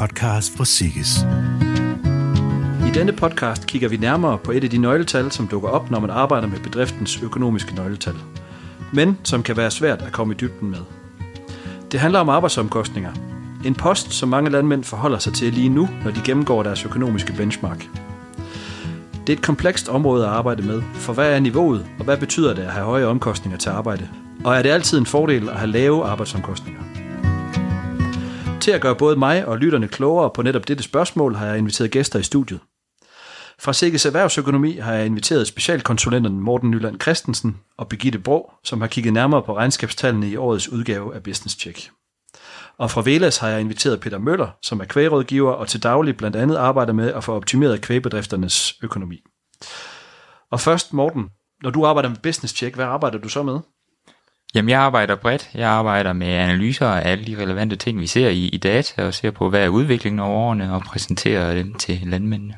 podcast fra SIGGES. I denne podcast kigger vi nærmere på et af de nøgletal, som dukker op, når man arbejder med bedriftens økonomiske nøgletal, men som kan være svært at komme i dybden med. Det handler om arbejdsomkostninger. En post, som mange landmænd forholder sig til lige nu, når de gennemgår deres økonomiske benchmark. Det er et komplekst område at arbejde med, for hvad er niveauet, og hvad betyder det at have høje omkostninger til arbejde? Og er det altid en fordel at have lave arbejdsomkostninger? Til at gøre både mig og lytterne klogere på netop dette spørgsmål, har jeg inviteret gæster i studiet. Fra SIGGES Erhvervsøkonomi har jeg inviteret specialkonsulenterne Morten Nyland Christensen og Birgitte Braa, som har kigget nærmere på regnskabstallene i årets udgave af Business Check. Og fra Velas har jeg inviteret Peter Møller, som er kvægrådgiver og til daglig blandt andet arbejder med at få optimeret kvægbedrifternes økonomi. Og først, Morten, når du arbejder med Business Check, hvad arbejder du så med? Jamen, jeg arbejder bredt. Jeg arbejder med analyser af alle de relevante ting, vi ser i data, og ser på, hvad er udviklingen over årene, og præsenterer dem til landmændene.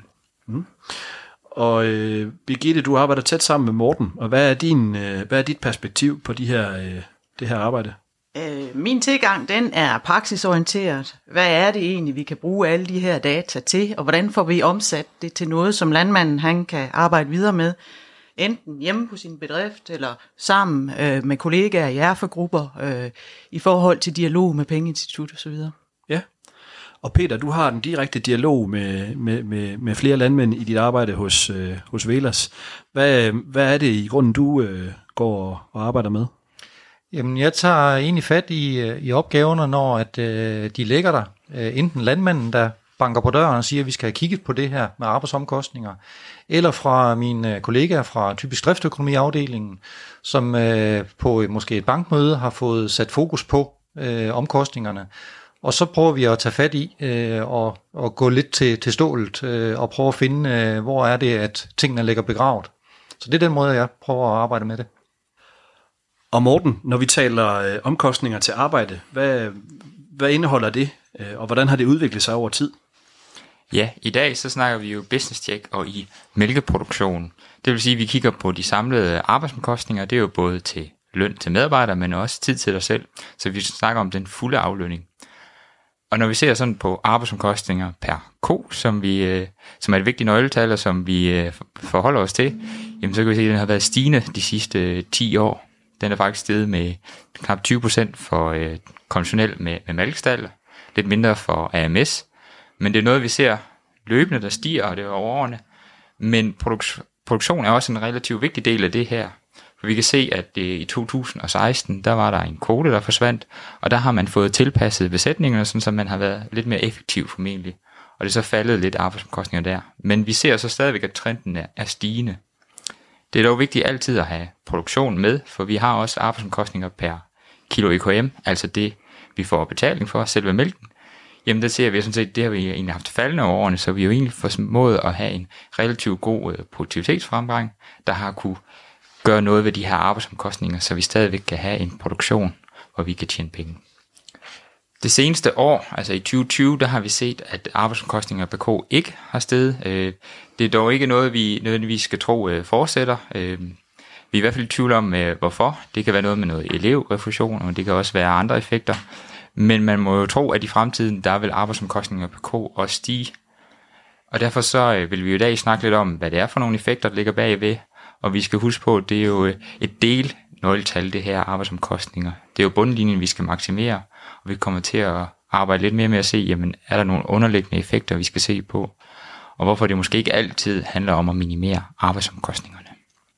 Og Birgitte, du arbejder tæt sammen med Morten, og hvad er dit perspektiv på det her arbejde? Min tilgang, den er praksisorienteret. Hvad er det egentlig, vi kan bruge alle de her data til, og hvordan får vi omsat det til noget, som landmanden han kan arbejde videre med, enten hjemme på sin bedrift, eller sammen med kollegaer i erfagrupper, i forhold til dialog med pengeinstitut osv. Ja, og Peter, du har den direkte dialog med flere landmænd i dit arbejde hos Velas. Hvad er det i grunden, du går og arbejder med? Jamen, jeg tager egentlig fat i opgaverne, når at, de ligger der. Enten landmanden, der banker på døren og siger, at vi skal have kigget på det her med arbejdsomkostninger, eller fra mine kollegaer fra typisk driftøkonomiafdelingen, som på måske et bankmøde har fået sat fokus på omkostningerne. Og så prøver vi at tage fat i og gå lidt til stålet og prøve at finde, hvor er det, at tingene ligger begravet. Så det er den måde, jeg prøver at arbejde med det. Og Morten, når vi taler omkostninger til arbejde, hvad indeholder det, og hvordan har det udviklet sig over tid? Ja, i dag så snakker vi jo business check og i mælkeproduktion. Det vil sige, at vi kigger på de samlede arbejdsomkostninger. Det er jo både til løn til medarbejdere, men også tid til dig selv. Så vi snakker om den fulde aflønning. Og når vi ser sådan på arbejdsomkostninger per ko, som er et vigtigt nøgletal, og som vi forholder os til, jamen så kan vi se, at den har været stigende de sidste 10 år. Den er faktisk steget med knap 20% for konventionel med mælkestald, lidt mindre for AMS. Men det er noget, vi ser løbende, der stiger, og det er over årene. Men produktion er også en relativt vigtig del af det her. For vi kan se, at i 2016, der var der en kvote, der forsvandt, og der har man fået tilpasset besætningerne, så man har været lidt mere effektiv formentlig. Og det er så faldet lidt arbejdsomkostninger der. Men vi ser så stadigvæk, at trenden er stigende. Det er dog vigtigt altid at have produktion med, for vi har også arbejdsomkostninger per kilo EKM, altså det, vi får betaling for, selve mælken. Jamen der ser vi sådan set, det har vi egentlig haft faldende over årene, så vi har jo egentlig formået at have en relativt god produktivitetsfremgang, der har kunne gøre noget ved de her arbejdsomkostninger, så vi stadigvæk kan have en produktion, hvor vi kan tjene penge. Det seneste år, altså i 2020, der har vi set, at arbejdsomkostninger per ko ikke har steget. Det er dog ikke noget, vi nødvendigvis skal tro fortsætter. Vi er i hvert fald i tvivl om, hvorfor. Det kan være noget med noget elevrefusion, og det kan også være andre effekter. Men man må jo tro, at i fremtiden, der vil arbejdsomkostninger per ko også stige. Og derfor så vil vi jo i dag snakke lidt om, hvad det er for nogle effekter, der ligger bagved. Og vi skal huske på, at det er jo et delnøgletal, det her arbejdsomkostninger. Det er jo bundlinjen, vi skal maksimere. Og vi kommer til at arbejde lidt mere med at se, jamen, er der nogle underliggende effekter, vi skal se på, og hvorfor det måske ikke altid handler om at minimere arbejdsomkostningerne.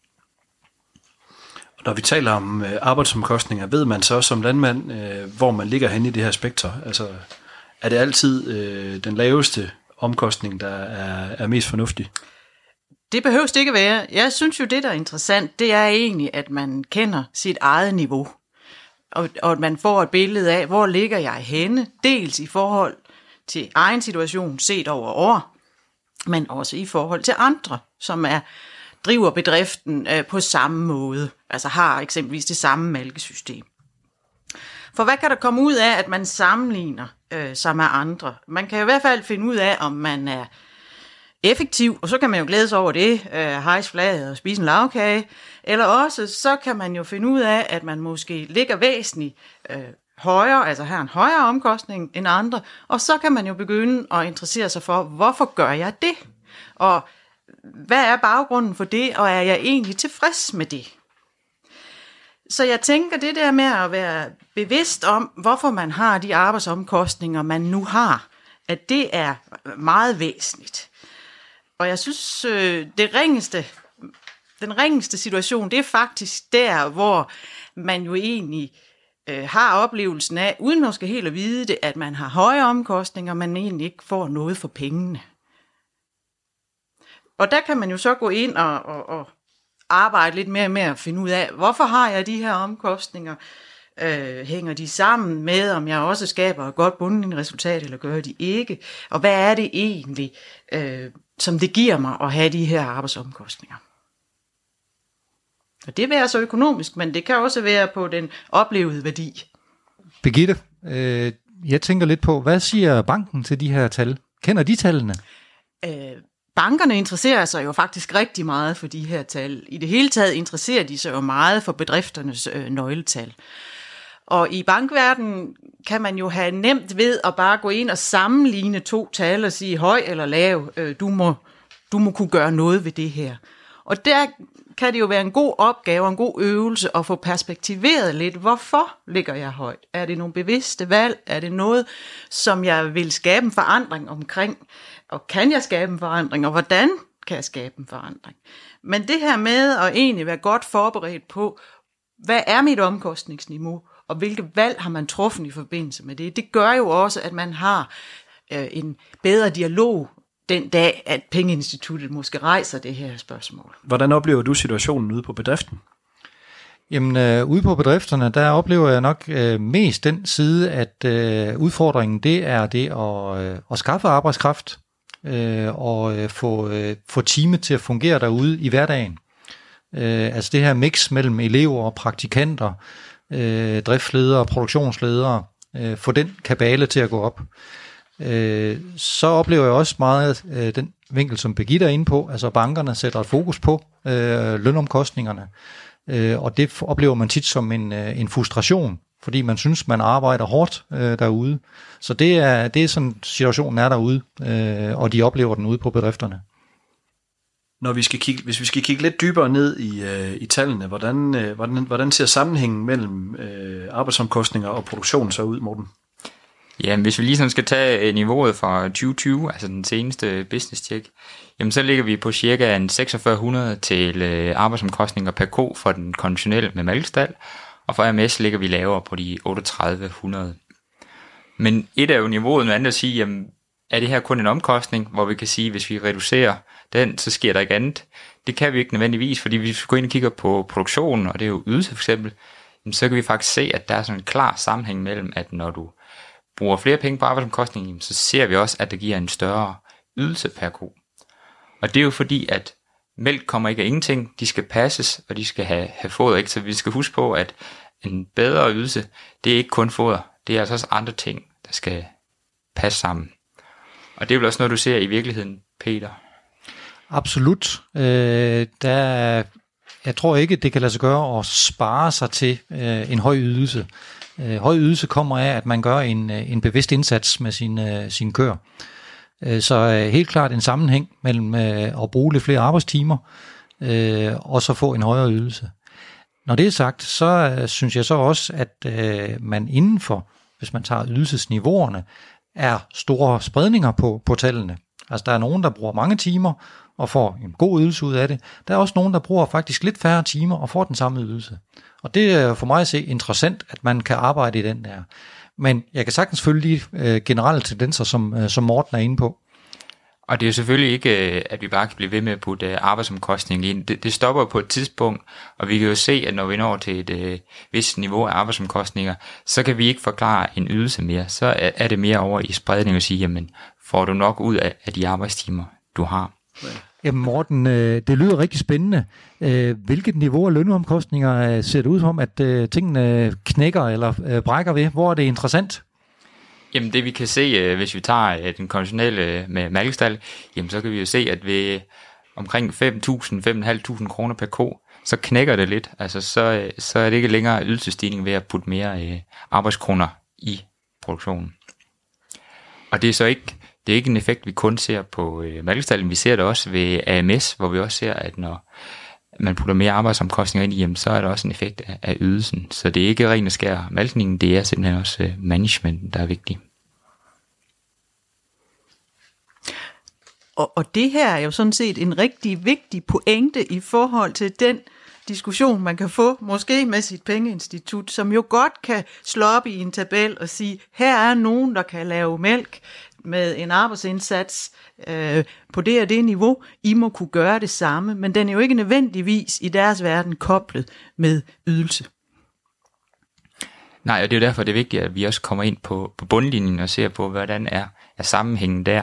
Og når vi taler om arbejdsomkostninger, ved man så som landmand, hvor man ligger henne i det her spektrum? Altså, er det altid den laveste omkostning, der er mest fornuftig? Det behøves det ikke at være. Jeg synes jo, det der er interessant, det er egentlig, at man kender sit eget niveau. Og at man får et billede af, hvor ligger jeg henne, dels i forhold til egen situation set over år, men også i forhold til andre, som driver bedriften på samme måde, altså har eksempelvis det samme mælkesystem. For hvad kan der komme ud af, at man sammenligner sig med andre? Man kan i hvert fald finde ud af, om man er effektiv, og så kan man jo glæde sig over det, hejse flaget og spise en lagkage, eller også så kan man jo finde ud af, at man måske ligger væsentligt højere, altså har en højere omkostning end andre, og så kan man jo begynde at interessere sig for, hvorfor gør jeg det? Og hvad er baggrunden for det, og er jeg egentlig tilfreds med det? Så jeg tænker, det der med at være bevidst om, hvorfor man har de arbejdsomkostninger, man nu har, at det er meget væsentligt. Og jeg synes, den ringeste situation, det er faktisk der, hvor man jo egentlig har oplevelsen af, uden måske helt at vide det, at man har høje omkostninger, man egentlig ikke får noget for pengene. Og der kan man jo så gå ind og arbejde lidt mere med at finde ud af, hvorfor har jeg de her omkostninger? Hænger de sammen med, om jeg også skaber et godt bundlinjeresultat, eller gør de ikke? Og hvad er det egentlig, som det giver mig at have de her arbejdsomkostninger? Og det vil være så økonomisk, men det kan også være på den oplevede værdi. Birgitte, jeg tænker lidt på, hvad siger banken til de her tal? Kender de tallene? Bankerne interesserer sig jo faktisk rigtig meget for de her tal. I det hele taget interesserer de sig jo meget for bedrifternes nøgletal. Og i bankverdenen kan man jo have nemt ved at bare gå ind og sammenligne to tal og sige høj eller lav, du må kunne gøre noget ved det her. Og der kan det jo være en god opgave og en god øvelse at få perspektiveret lidt, hvorfor ligger jeg højt? Er det nogle bevidste valg? Er det noget, som jeg vil skabe en forandring omkring? Og kan jeg skabe en forandring? Og hvordan kan jeg skabe en forandring? Men det her med at egentlig være godt forberedt på, hvad er mit omkostningsniveau? Og hvilke valg har man truffet i forbindelse med det? Det gør jo også, at man har en bedre dialog den dag, at Pengeinstituttet måske rejser det her spørgsmål. Hvordan oplever du situationen ude på bedriften? Jamen, ude på bedrifterne, der oplever jeg nok mest den side, at udfordringen, det er det at skaffe arbejdskraft og få teamet til at fungere derude i hverdagen. Altså det her mix mellem elever og praktikanter, driftsledere og produktionsledere, få den kabale til at gå op. Så oplever jeg også meget den vinkel, som Birgitte er inde på, altså bankerne sætter et fokus på lønomkostningerne, og det oplever man tit som en frustration, fordi man synes, man arbejder hårdt derude. Så det er sådan, situationen er derude, og de oplever den ude på bedrifterne. Hvis vi skal kigge lidt dybere ned i tallene, hvordan ser sammenhængen mellem arbejdsomkostninger og produktion så ud, Morten? Ja, hvis vi lige skal tage niveauet fra 2020, altså den seneste business check, jamen så ligger vi på cirka en 4600 til arbejdsomkostninger per ko for den konventionelle med mælkestal, og for AMS ligger vi lavere på de 3800. Men et er jo niveauet, noget andet at sige, jamen er det her kun en omkostning, hvor vi kan sige, hvis vi reducerer den, så sker der ikke andet. Det kan vi ikke nødvendigvis, fordi hvis vi går ind og kigger på produktionen, og det er jo ydelse for eksempel, så kan vi faktisk se, at der er sådan en klar sammenhæng mellem, at når du bruger flere penge på arbejdsomkostningen, så ser vi også, at det giver en større ydelse per ko. Og det er jo fordi, at mælk kommer ikke af ingenting, de skal passes, og de skal have foder, ikke? Så vi skal huske på, at en bedre ydelse, det er ikke kun foder, det er altså også andre ting, der skal passe sammen. Og det er vel også noget, du ser i virkeligheden, Peter? Absolut. Jeg tror ikke, det kan lade sig gøre at spare sig til en høj ydelse. Høj ydelse kommer af, at man gør en bevidst indsats med sin køer. Så helt klart en sammenhæng mellem at bruge lidt flere arbejdstimer og så få en højere ydelse. Når det er sagt, så synes jeg så også, at man indenfor, hvis man tager ydelsesniveauerne, er store spredninger på tallene. Altså der er nogen, der bruger mange timer og får en god ydelse ud af det. Der er også nogen, der bruger faktisk lidt færre timer og får den samme ydelse. Og det er for mig at se interessant, at man kan arbejde i den der. Men jeg kan sagtens følge de generelle tendenser, som Morten er inde på. Og det er jo selvfølgelig ikke, at vi bare kan blive ved med at putte arbejdsomkostningen ind. Det stopper på et tidspunkt, og vi kan jo se, at når vi når til et vist niveau af arbejdsomkostninger, så kan vi ikke forklare en ydelse mere. Så er det mere over i spredning at sige, jamen får du nok ud af de arbejdstimer, du har. Jamen Morten, det lyder rigtig spændende. Hvilket niveau af lønomkostninger ser det ud som, at tingene knækker eller brækker ved? Hvor er det interessant? Jamen det vi kan se, hvis vi tager den konventionelle med mælkestal, jamen så kan vi jo se, at ved omkring 5.000-5.500 kroner per ko, så knækker det lidt. Altså så er det ikke længere ydelsesstigning ved at putte mere arbejdskroner i produktionen. Og det er så ikke, det er ikke en effekt, vi kun ser på mælkestalden. Vi ser det også ved AMS, hvor vi også ser, at når man putter mere arbejdsomkostninger ind i, jamen, så er der også en effekt af ydelsen. Så det er ikke ren og skær malkningen, det er simpelthen også management, der er vigtigt. Og det her er jo sådan set en rigtig vigtig pointe i forhold til den diskussion, man kan få, måske med sit pengeinstitut, som jo godt kan slå op i en tabel og sige, her er nogen, der kan lave mælk med en arbejdsindsats på det og det niveau. I må kunne gøre det samme, men den er jo ikke nødvendigvis i deres verden koblet med ydelse. Nej, og det er jo derfor, det er vigtigt, at vi også kommer ind på bundlinjen og ser på, hvordan er sammenhængen der.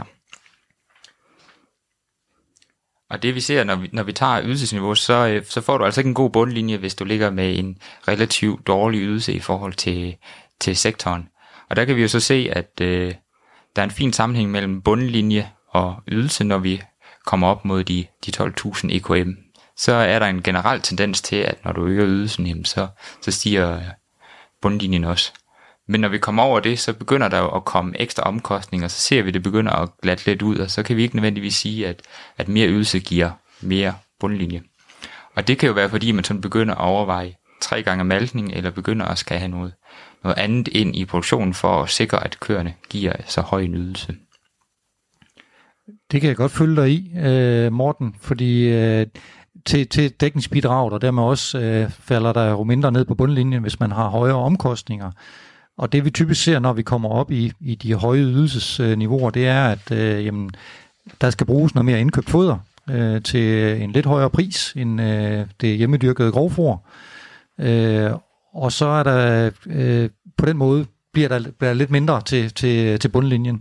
Og det vi ser, når vi tager ydelsesniveau, så får du altså ikke en god bundlinje, hvis du ligger med en relativt dårlig ydelse i forhold til sektoren. Og der kan vi jo så se, at der er en fin sammenhæng mellem bundlinje og ydelse, når vi kommer op mod de 12.000 EKM. Så er der en generel tendens til, at når du øger ydelsen, jamen så stiger bundlinjen også. Men når vi kommer over det, så begynder der jo at komme ekstra omkostninger, så ser vi, det begynder at glatte lidt ud, og så kan vi ikke nødvendigvis sige, at mere ydelse giver mere bundlinje. Og det kan jo være, fordi man sådan begynder at overveje 3 gange malkning, eller begynder at skal have noget andet ind i produktionen, for at sikre, at køerne giver så høj en ydelse. Det kan jeg godt følge dig i, Morten, fordi til dækningsbidraget, og dermed også falder der jo mindre ned på bundlinjen, hvis man har højere omkostninger. Og det vi typisk ser, når vi kommer op i de høje ydelsesniveauer, det er, at der skal bruges noget mere indkøbt foder til en lidt højere pris end det hjemmedyrkede grovfoder. Og så er der på den måde bliver der lidt mindre til bundlinjen.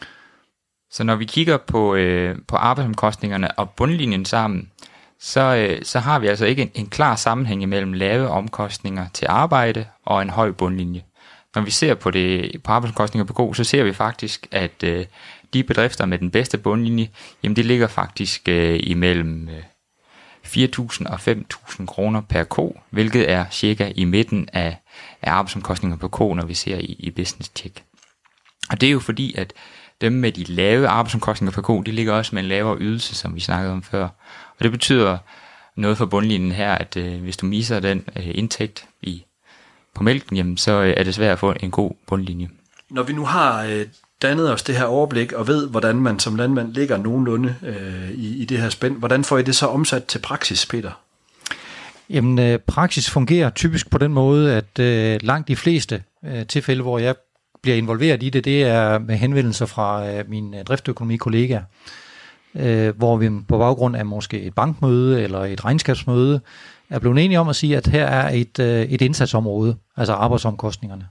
Så når vi kigger på arbejdsomkostningerne og bundlinjen sammen, så har vi altså ikke en klar sammenhæng mellem lave omkostninger til arbejde og en høj bundlinje. Når vi ser på arbejdsomkostninger på ko, så ser vi faktisk, at de bedrifter med den bedste bundlinje, jamen det ligger faktisk imellem 4.000 og 5.000 kroner per ko, hvilket er cirka i midten af arbejdsomkostninger på ko, når vi ser i business check. Og det er jo fordi, at dem med de lave arbejdsomkostninger per ko, de ligger også med en lavere ydelse, som vi snakkede om før. Og det betyder noget for bundlinjen her, at hvis du misser den indtægt på mælken, jamen, så er det svært at få en god bundlinje. Når vi nu har dannet os det her overblik og ved, hvordan man som landmand ligger nogenlunde i det her spænd, hvordan får I det så omsat til praksis, Peter? Jamen, praksis fungerer typisk på den måde, at langt de fleste tilfælde, hvor jeg bliver involveret i det er med henvendelser fra mine driftsøkonomikollegaer, hvor vi på baggrund af måske et bankmøde eller et regnskabsmøde er blevet enige om at sige, at her er et indsatsområde, altså arbejdsomkostningerne.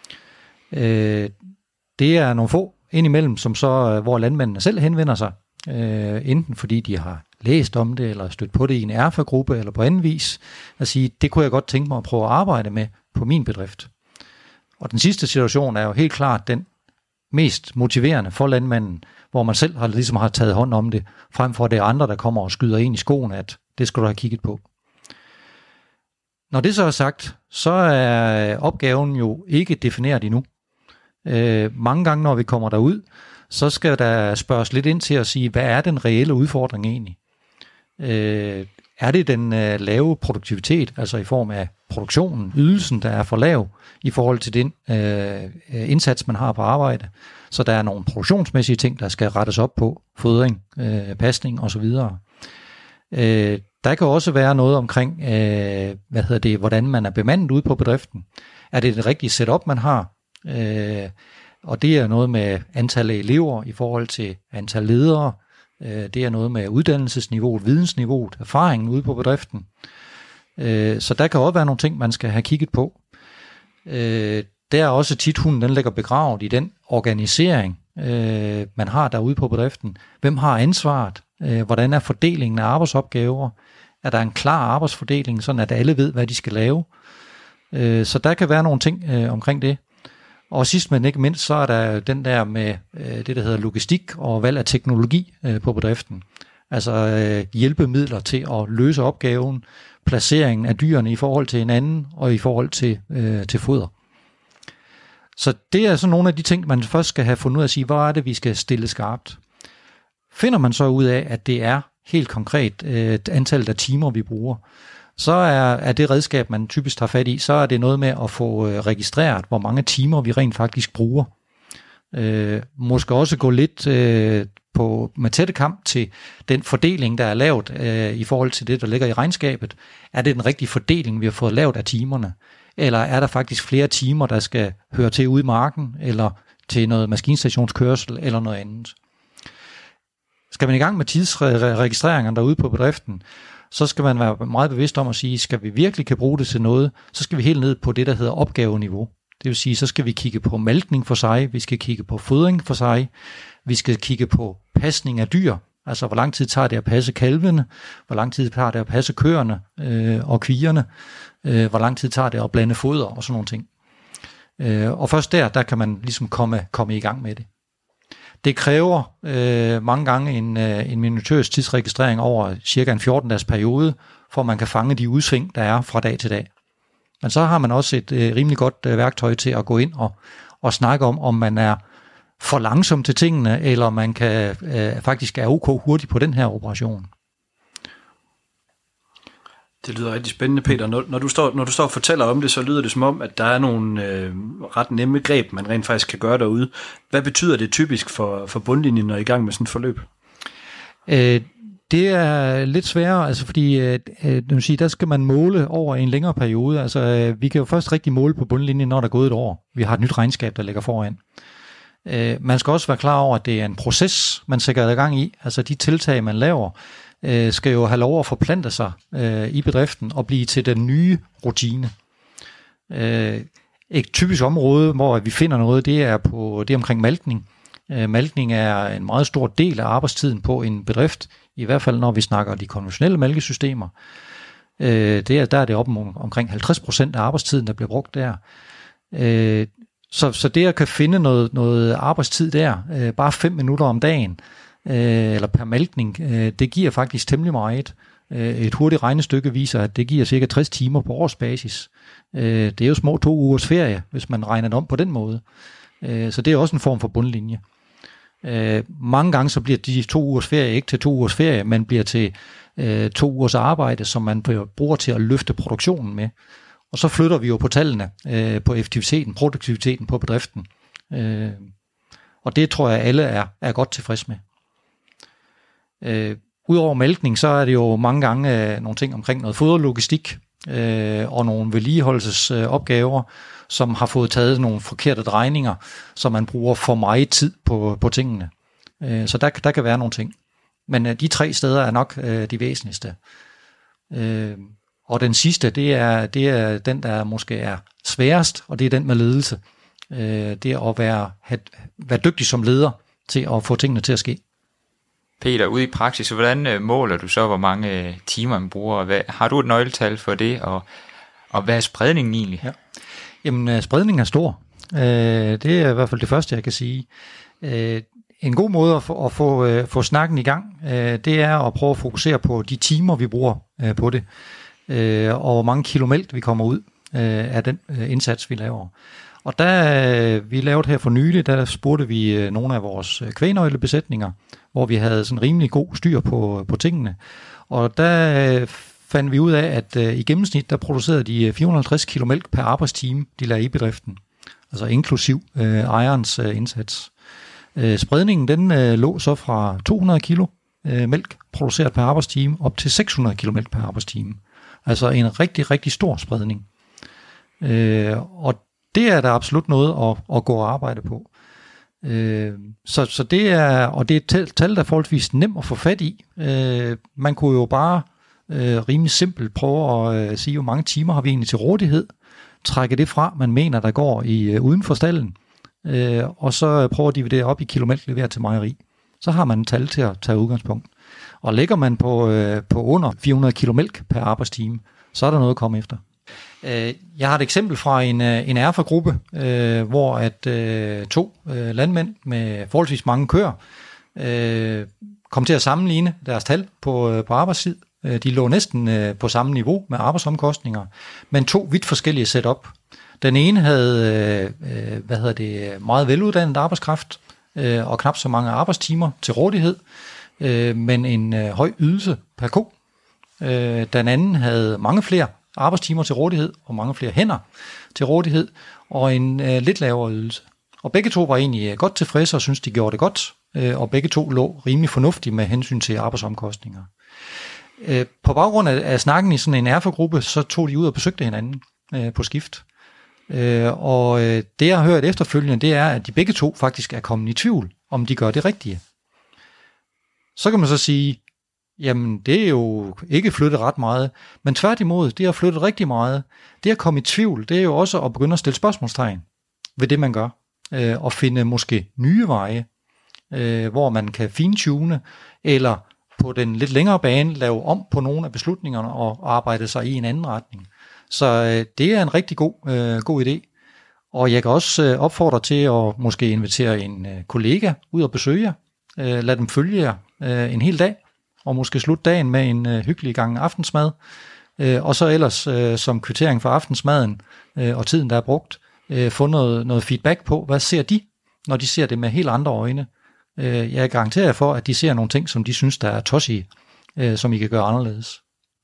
Det er nogle få indimellem, som så, hvor landmændene selv henvender sig, enten fordi de har læst om det, eller stødt på det i en erfagruppe, eller på anden vis, at sige, det kunne jeg godt tænke mig at prøve at arbejde med på min bedrift. Og den sidste situation er jo helt klart den mest motiverende for landmanden, hvor man selv har taget hånd om det, frem for at det er andre, der kommer og skyder ind i skoen, at det skal du have kigget på. Når det så er sagt, så er opgaven jo ikke defineret endnu. Mange gange, når vi kommer derud, så skal der spørges lidt ind til at sige, hvad er den reelle udfordring egentlig? Er det den lave produktivitet, altså i form af produktionen, ydelsen, der er for lav i forhold til den indsats, man har på arbejde? Så der er nogle produktionsmæssige ting, der skal rettes op på, fodring, pasning osv. Der kan også være noget omkring, hvordan man er bemandet ude på bedriften. Er det det rigtige setup, man har? Og det er noget med antal af elever i forhold til antal ledere. Det er noget med uddannelsesniveauet, vidensniveauet, erfaringen ude på bedriften. Så der kan også være nogle ting, man skal have kigget på. Der er også tit hunden, den ligger begravet i den organisering, man har derude på bedriften. Hvem har ansvaret? Hvordan er fordelingen af arbejdsopgaver? Er der en klar arbejdsfordeling, sådan at alle ved, hvad de skal lave? Så der kan være nogle ting omkring det. Og sidst men ikke mindst, så er der den der med det, der hedder logistik og valg af teknologi på bedriften. Altså hjælpemidler til at løse opgaven placeringen af dyrene i forhold til hinanden og i forhold til foder. Så det er så nogle af de ting, man først skal have fundet ud af at sige, hvor er det, vi skal stille skarpt. Finder man så ud af, at det er helt konkret antallet af timer, vi bruger, så er det redskab, man typisk tager fat i, så er det noget med at få registreret, hvor mange timer vi rent faktisk bruger. Måske også gå lidt med tættekamp til den fordeling, der er lavet i forhold til det, der ligger i regnskabet. Er det den rigtige fordeling, vi har fået lavet af timerne? Eller er der faktisk flere timer, der skal høre til ude i marken, eller til noget maskinstationskørsel, eller noget andet? Skal man i gang med tidsregistreringerne derude på bedriften, så skal man være meget bevidst om at sige, skal vi virkelig kan bruge det til noget, så skal vi helt ned på det, der hedder opgaveniveau. Det vil sige, så skal vi kigge på malkning for sig, vi skal kigge på fodring for sig, vi skal kigge på pasning af dyr, altså hvor lang tid tager det at passe kalvene, hvor lang tid tager det at passe køerne og kvierne, hvor lang tid tager det at blande foder og sådan nogle ting. Og først der kan man ligesom komme i gang med det. Det kræver mange gange en minutøs tidsregistrering over cirka en 14-dages periode, for man kan fange de udsving, der er fra dag til dag. Men så har man også et rimelig godt værktøj til at gå ind og snakke om man er for langsom til tingene, eller man kan faktisk er ok hurtigt på den her operation. Det lyder rigtig spændende, Peter. Når du står og fortæller om det, så lyder det som om, at der er nogle ret nemme greb, man rent faktisk kan gøre derude. Hvad betyder det typisk for bundlinjen, når I er i gang med sådan et forløb? Det er lidt sværere, altså fordi der skal man måle over en længere periode. Altså, vi kan jo først rigtig måle på bundlinjen, når der er gået et år. Vi har et nyt regnskab, der ligger foran. Man skal også være klar over, at det er en proces, man sætter i gang i. Altså de tiltag, man laver, skal jo have lov at forplante sig i bedriften og blive til den nye rutine. Et typisk område, hvor vi finder noget, det er omkring malkning. Malkning er en meget stor del af arbejdstiden på en bedrift, i hvert fald når vi snakker de konventionelle malkesystemer. Der er det op omkring 50% af arbejdstiden, der bliver brugt der. Så det at kan finde noget arbejdstid der, bare 5 minutter om dagen, eller per malkning, det giver faktisk temmelig meget. Et hurtigt regnestykke viser, at det giver cirka 60 timer på årsbasis. Det er jo små 2 ugers ferie, hvis man regner det om på den måde. Så det er også en form for bundlinje. Mange gange så bliver de 2 ugers ferie ikke til 2 ugers ferie, men bliver til 2 ugers arbejde, som man bruger til at løfte produktionen med. Og så flytter vi jo på tallene på effektiviteten, produktiviteten på bedriften. Og det tror jeg alle er godt tilfreds med. Udover malkning, så er det jo mange gange nogle ting omkring noget foderlogistik og nogle vedligeholdelsesopgaver, som har fået taget nogle forkerte drejninger, så man bruger for meget tid på tingene. Så der kan være nogle ting. Men de 3 steder er nok de væsentligste. Og den sidste, det er den, der måske er sværest, og det er den med ledelse. Det er at være dygtig som leder til at få tingene til at ske. Peter, ude i praksis, hvordan måler du så, hvor mange timer man bruger? Har du et nøgletal for det, og hvad er spredningen egentlig? Ja. Jamen, spredningen er stor. Det er i hvert fald det første, jeg kan sige. En god måde at få snakken i gang, det er at prøve at fokusere på de timer, vi bruger på det, og hvor mange kilo mælk vi kommer ud af den indsats, vi laver. Og da vi lavede her for nylig, der spurgte vi nogle af vores kvægnøglebesætninger, hvor vi havde sådan rimelig god styr på tingene. Og der fandt vi ud af, at i gennemsnit, der producerede de 450 kilo mælk per arbejdstime, de lavede i bedriften. Altså inklusiv ejerens indsats. Spredningen, den lå så fra 200 kilo mælk produceret per arbejdstime, op til 600 kilo mælk per arbejdstime. Altså en rigtig, rigtig stor spredning. Og det er der absolut noget at gå og arbejde på. Så det er et tal, der er forholdsvis nemt at få fat i. Man kunne jo bare rimelig simpelt prøve at sige, hvor mange timer har vi egentlig til rådighed. Trække det fra, man mener, der går uden for stallen. Og så prøve at dividere op i kilomælk leveret til mejeri. Så har man et tal til at tage udgangspunkt. Og ligger man på under 400 kilo mælk per arbejdstime, så er der noget at komme efter. Jeg har et eksempel fra en erfargruppe, hvor at 2 landmænd med forholdsvis mange køer kom til at sammenligne deres tal på arbejdstid De lå næsten på samme niveau med arbejdsomkostninger, men 2 vidt forskellige setup. Den ene havde meget veluddannet arbejdskraft og knap så mange arbejdstimer til rådighed, men en høj ydelse per ko. Den anden havde mange flere arbejdstimer til rådighed og mange flere hænder til rådighed og en lidt lavere ydelse. Og begge to var egentlig godt tilfredse og synes de gjorde det godt, og begge to lå rimelig fornuftigt med hensyn til arbejdsomkostninger. På baggrund af snakken i sådan en erfagruppe, så tog de ud og besøgte hinanden på skift. Og det jeg har hørt efterfølgende, det er, at de begge to faktisk er kommet i tvivl, om de gør det rigtige. Så kan man så sige, jamen det er jo ikke flyttet ret meget, men tværtimod, det har flyttet rigtig meget. Det at komme i tvivl, det er jo også at begynde at stille spørgsmålstegn ved det, man gør, og finde måske nye veje, hvor man kan fintune, eller på den lidt længere bane lave om på nogle af beslutningerne og arbejde sig i en anden retning. Så det er en rigtig god idé. Og jeg kan også opfordre til at måske invitere en kollega ud og besøge jer. Lad dem følge jer en hel dag, og måske slutte dagen med en hyggelig gang aftensmad. Og så ellers som kvittering for aftensmaden og tiden, der er brugt, få noget feedback på, hvad ser de, når de ser det med helt andre øjne. Jeg garanterer for, at de ser nogle ting, som de synes, der er tossige, som I kan gøre anderledes.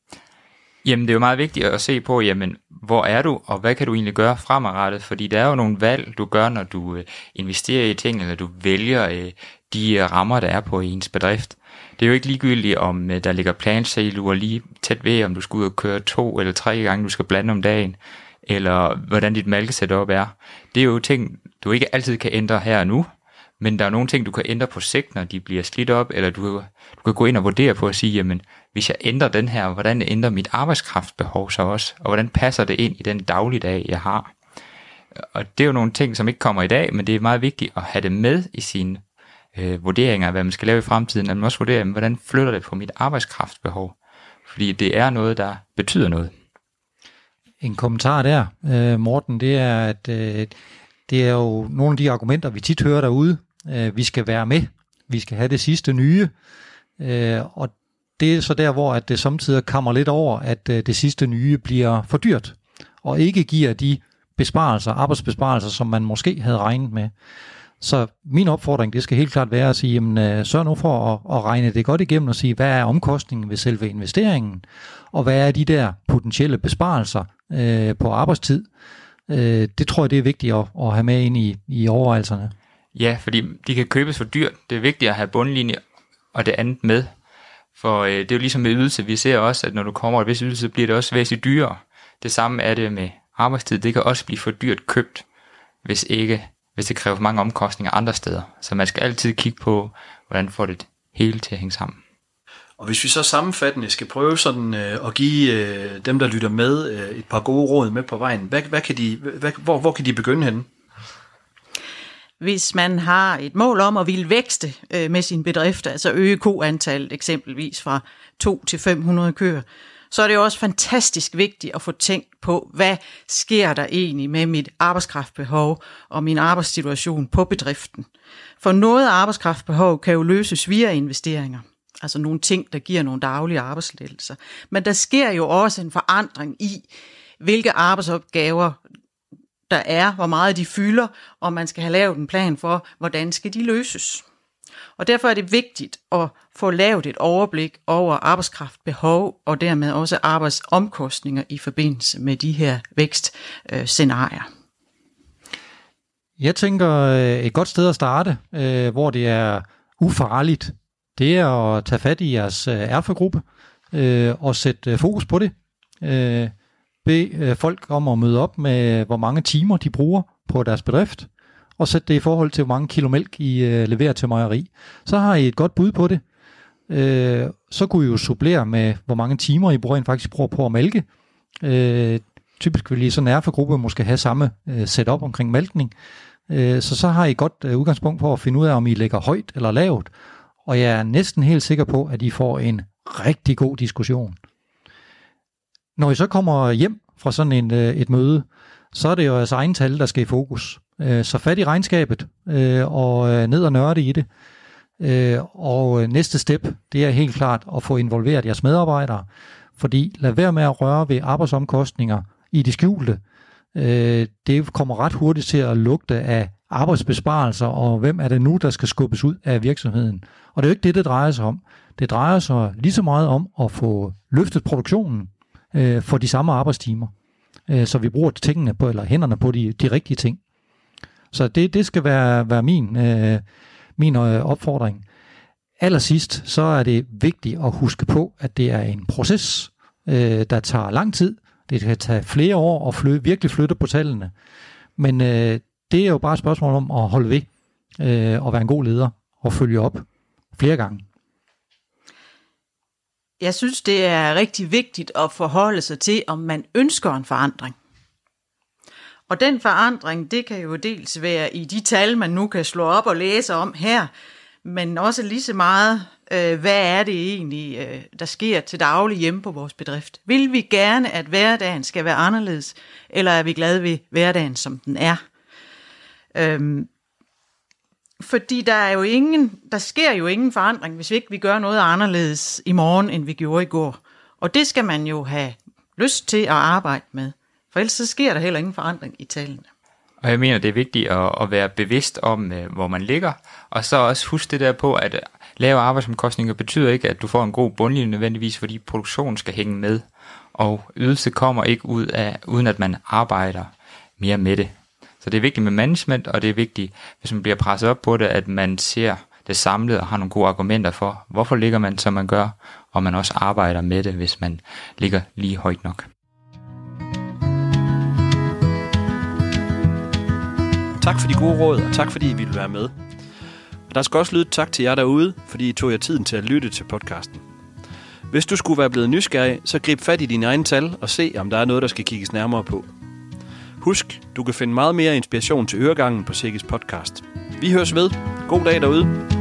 Jamen, det er jo meget vigtigt at se på, jamen, hvor er du, og hvad kan du egentlig gøre fremadrettet? Fordi der er jo nogle valg, du gør, når du investerer i ting, eller du vælger de rammer, der er på ens bedrift. Det er jo ikke ligegyldigt, om der ligger plansiluer lige tæt ved, om du skal ud og køre 2 eller 3 gange, du skal blande om dagen, eller hvordan dit malkesetup er. Det er jo ting, du ikke altid kan ændre her og nu, men der er nogle ting, du kan ændre på sigt, når de bliver slidt op, eller du kan gå ind og vurdere på at sige, jamen, hvis jeg ændrer den her, hvordan ændrer mit arbejdskraftbehov så også, og hvordan passer det ind i den dagligdag, jeg har. Og det er jo nogle ting, som ikke kommer i dag, men det er meget vigtigt at have det med i sine vurderinger af, hvad man skal lave i fremtiden, at man også vurderer, hvordan flytter det på mit arbejdskraftbehov, fordi det er noget, der betyder noget. En kommentar der, Morten, det er, at det er jo nogle af de argumenter, vi tit hører derude. Vi skal være med, vi skal have det sidste nye, og det er så der, hvor at det samtidig kommer lidt over, at det sidste nye bliver for dyrt, og ikke giver de arbejdsbesparelser, som man måske havde regnet med. Så min opfordring, det skal helt klart være at sige, jamen, sørg nu for at regne det godt igennem og sige, hvad er omkostningen ved selve investeringen, og hvad er de der potentielle besparelser på arbejdstid. Det tror jeg, det er vigtigt at have med ind i overvejelserne. Ja, fordi de kan købes for dyrt. Det er vigtigt at have bundlinje og det andet med. For det er jo ligesom med ydelse. Vi ser også, at når du kommer et vis ydelse, så bliver det også væsentligt dyrere. Det samme er det med arbejdstid. Det kan også blive for dyrt købt, hvis det kræver for mange omkostninger andre steder. Så man skal altid kigge på, hvordan får det hele til at hænge sammen. Og hvis vi så sammenfattende skal prøve sådan at give dem, der lytter med, et par gode råd med på vejen, hvor kan de begynde henne? Hvis man har et mål om at ville vækste med sin bedrift, altså øge koantallet eksempelvis fra 2 til 500 køer, så er det jo også fantastisk vigtigt at få tænkt på, hvad sker der egentlig med mit arbejdskraftbehov og min arbejdssituation på bedriften. For noget af arbejdskraftbehov kan jo løses via investeringer, altså nogle ting, der giver nogle daglige arbejdslettelser. Men der sker jo også en forandring i, hvilke arbejdsopgaver der er, hvor meget de fylder, og man skal have lavet en plan for, hvordan skal de løses. Og derfor er det vigtigt at få lavet et overblik over arbejdskraftbehov, og dermed også arbejdsomkostninger i forbindelse med de her vækstscenarier. Jeg tænker, et godt sted at starte, hvor det er ufarligt, det er at tage fat i jeres erfagruppe og sætte fokus på det. Bed folk om at møde op med, hvor mange timer de bruger på deres bedrift, og sætte det i forhold til, hvor mange kilo mælk I leverer til mejeri. Så har I et godt bud på det. Så kunne I jo supplere med, hvor mange timer I faktisk bruger på at mælke. Typisk vil I sådan en erfagruppe måske have samme setup omkring mælkning. Så har I et godt udgangspunkt for at finde ud af, om I ligger højt eller lavt. Og jeg er næsten helt sikker på, at I får en rigtig god diskussion. Når I så kommer hjem fra sådan et møde, så er det jo jeres egen tal, der skal i fokus. Så fat i regnskabet og ned og nørde i det. Og næste step, det er helt klart at få involveret jeres medarbejdere, fordi lad være med at røre ved arbejdsomkostninger i det skjulte. Det kommer ret hurtigt til at lugte af arbejdsbesparelser, og hvem er det nu, der skal skubbes ud af virksomheden. Og det er jo ikke det drejer sig om. Det drejer sig lige så meget om at få løftet produktionen for de samme arbejdstimer, så vi bruger tingene på, eller hænderne på de rigtige ting. Så det skal være min opfordring. Allersidst, så er det vigtigt at huske på, at det er en proces, der tager lang tid. Det kan tage flere år at virkelig flytte på tallene. Men det er jo bare et spørgsmål om at holde ved og være en god leder og følge op flere gange. Jeg synes, det er rigtig vigtigt at forholde sig til, om man ønsker en forandring. Og den forandring, det kan jo dels være i de tal, man nu kan slå op og læse om her, men også lige så meget, hvad er det egentlig, der sker til daglig hjemme på vores bedrift? Vil vi gerne, at hverdagen skal være anderledes, eller er vi glade ved hverdagen, som den er? Fordi der sker jo ingen forandring, hvis vi ikke gør noget anderledes i morgen, end vi gjorde i går. Og det skal man jo have lyst til at arbejde med, for ellers så sker der heller ingen forandring i tallene. Og jeg mener, det er vigtigt at være bevidst om, hvor man ligger, og så også huske det der på, at lave arbejdsomkostninger betyder ikke, at du får en god bundlinje nødvendigvis, fordi produktionen skal hænge med, og ydelse kommer ikke ud af, uden at man arbejder mere med det. Så det er vigtigt med management, og det er vigtigt, hvis man bliver presset op på det, at man ser det samlet og har nogle gode argumenter for, hvorfor ligger man, som man gør, og man også arbejder med det, hvis man ligger lige højt nok. Tak for de gode råd, og tak fordi I ville være med. Og der skal også lyde tak til jer derude, fordi I tog jer tiden til at lytte til podcasten. Hvis du skulle være blevet nysgerrig, så grib fat i dine egne tal og se, om der er noget, der skal kigges nærmere på. Husk, du kan finde meget mere inspiration til øregangen på Sikkes podcast. Vi høres ved. God dag derude.